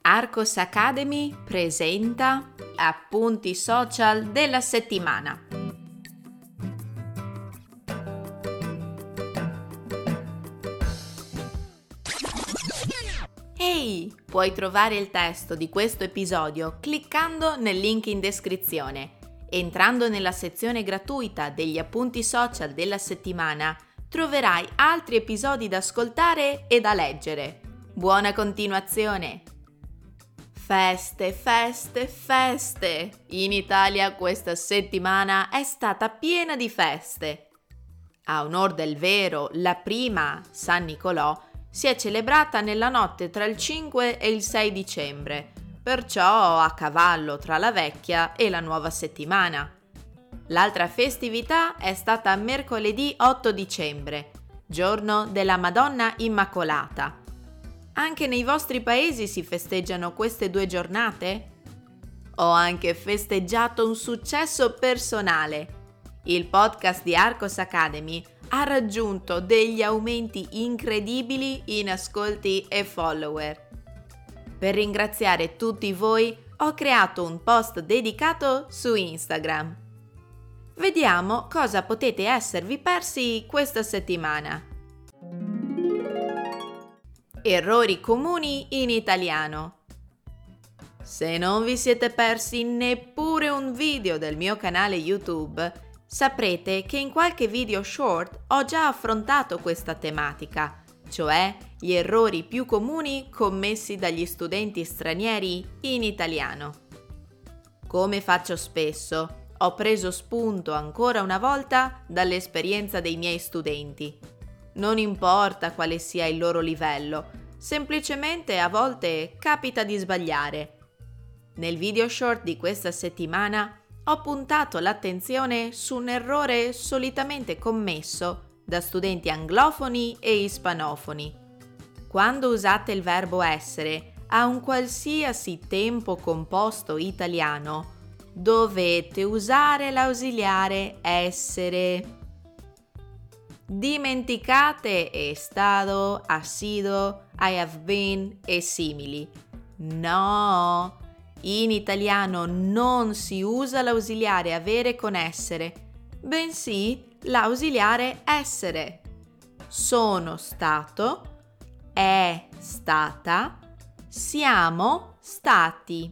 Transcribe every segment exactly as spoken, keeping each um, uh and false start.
Arcos Academy presenta Appunti social della settimana. Ehi, puoi trovare il testo di questo episodio cliccando nel link in descrizione. Entrando nella sezione gratuita degli appunti social della settimana, troverai altri episodi da ascoltare e da leggere. Buona continuazione! Feste, feste, feste! In Italia questa settimana è stata piena di feste. A onor del vero, la prima, San Nicolò, si è celebrata nella notte tra il cinque e il sei dicembre, perciò a cavallo tra la vecchia e la nuova settimana. L'altra festività è stata mercoledì otto dicembre, giorno della Madonna Immacolata. Anche nei vostri paesi si festeggiano queste due giornate? Ho anche festeggiato un successo personale. Il podcast di Arcos Academy ha raggiunto degli aumenti incredibili in ascolti e follower. Per ringraziare tutti voi ho creato un post dedicato su Instagram. Vediamo cosa potete esservi persi questa settimana. Errori comuni in italiano. Se non vi siete persi neppure un video del mio canale YouTube, saprete che in qualche video short ho già affrontato questa tematica, cioè gli errori più comuni commessi dagli studenti stranieri in italiano. Come faccio spesso, ho preso spunto ancora una volta dall'esperienza dei miei studenti. Non importa quale sia il loro livello, semplicemente a volte capita di sbagliare. Nel video short di questa settimana ho puntato l'attenzione su un errore solitamente commesso da studenti anglofoni e ispanofoni. Quando usate il verbo essere a un qualsiasi tempo composto italiano, dovete usare l'ausiliare essere. Dimenticate estado, ha sido, I have been e simili. No! In italiano non si usa l'ausiliare avere con essere, bensì l'ausiliare essere. Sono stato, è stata, siamo stati.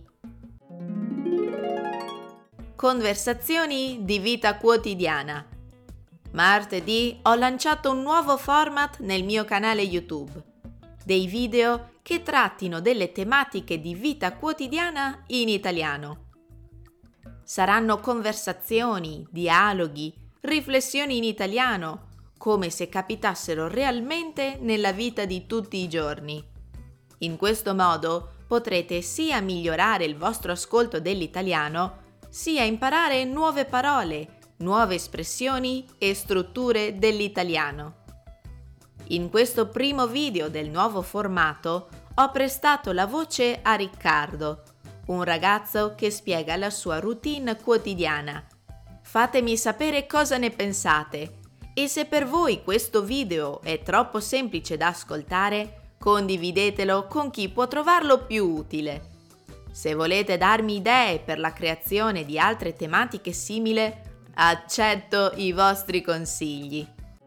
Conversazioni di vita quotidiana. Martedì ho lanciato un nuovo format nel mio canale YouTube. Dei video che trattino delle tematiche di vita quotidiana in italiano. Saranno conversazioni, dialoghi, riflessioni in italiano, come se capitassero realmente nella vita di tutti i giorni. In questo modo potrete sia migliorare il vostro ascolto dell'italiano, sia imparare nuove parole, nuove espressioni e strutture dell'italiano. In questo primo video del nuovo formato ho prestato la voce a Riccardo, un ragazzo che spiega la sua routine quotidiana. Fatemi sapere cosa ne pensate e se per voi questo video è troppo semplice da ascoltare, condividetelo con chi può trovarlo più utile. Se volete darmi idee per la creazione di altre tematiche simili, accetto i vostri consigli.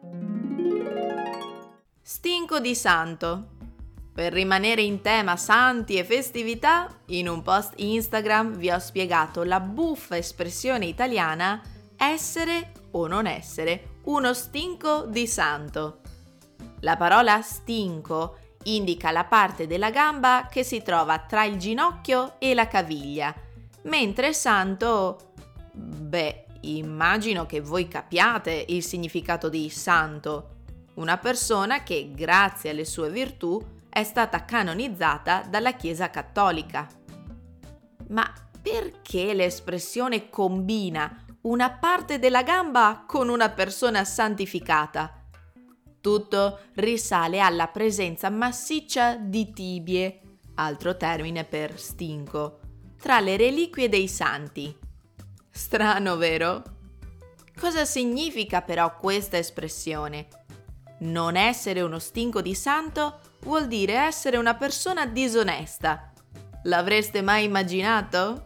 Stinco di santo. Per rimanere in tema santi e festività, in un post Instagram vi ho spiegato la buffa espressione italiana essere o non essere uno stinco di santo. La parola stinco indica la parte della gamba che si trova tra il ginocchio e la caviglia, mentre santo, beh, immagino che voi capiate il significato di santo, una persona che, grazie alle sue virtù, è stata canonizzata dalla Chiesa Cattolica. Ma perché l'espressione combina una parte della gamba con una persona santificata? Tutto risale alla presenza massiccia di tibie, altro termine per stinco, tra le reliquie dei santi. Strano, vero? Cosa significa però questa espressione? Non essere uno stinco di santo vuol dire essere una persona disonesta. L'avreste mai immaginato?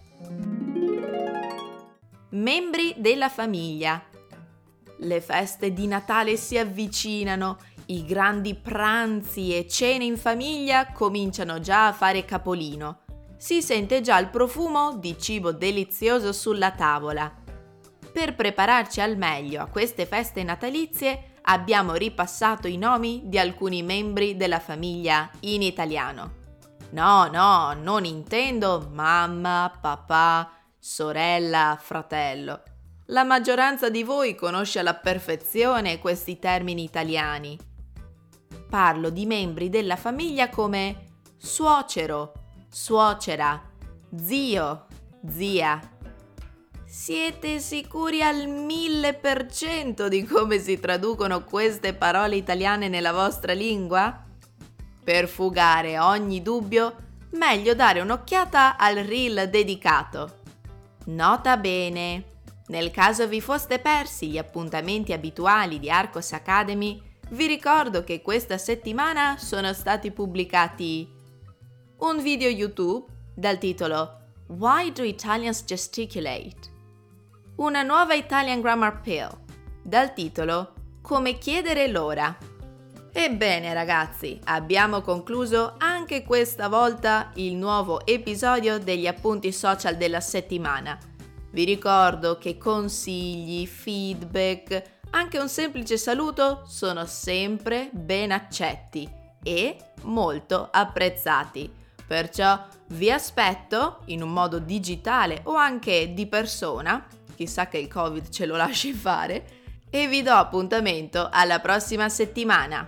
Membri della famiglia. Le feste di Natale si avvicinano, i grandi pranzi e cene in famiglia cominciano già a fare capolino. Si sente già il profumo di cibo delizioso sulla tavola. Per prepararci al meglio a queste feste natalizie abbiamo ripassato i nomi di alcuni membri della famiglia in italiano. No, no, non intendo mamma, papà, sorella, fratello. La maggioranza di voi conosce alla perfezione questi termini italiani. Parlo di membri della famiglia come suocero, suocera, zio, zia. Siete sicuri al mille per cento di come si traducono queste parole italiane nella vostra lingua? Per fugare ogni dubbio, meglio dare un'occhiata al reel dedicato. Nota bene, nel caso vi foste persi gli appuntamenti abituali di Arcos Academy, vi ricordo che questa settimana sono stati pubblicati un video YouTube dal titolo Why do Italians gesticulate? Una nuova Italian Grammar Pill dal titolo Come chiedere l'ora. Ebbene ragazzi, abbiamo concluso anche questa volta il nuovo episodio degli appunti social della settimana. Vi ricordo che consigli, feedback, anche un semplice saluto sono sempre ben accetti e molto apprezzati. Perciò vi aspetto in un modo digitale o anche di persona, chissà che il Covid ce lo lasci fare, e vi do appuntamento alla prossima settimana.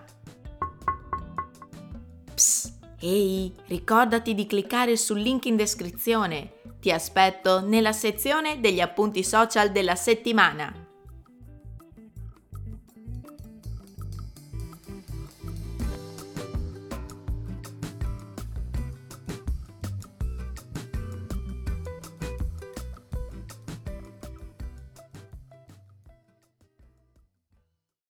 Psst, ehi, ricordati di cliccare sul link in descrizione. Ti aspetto nella sezione degli appunti social della settimana.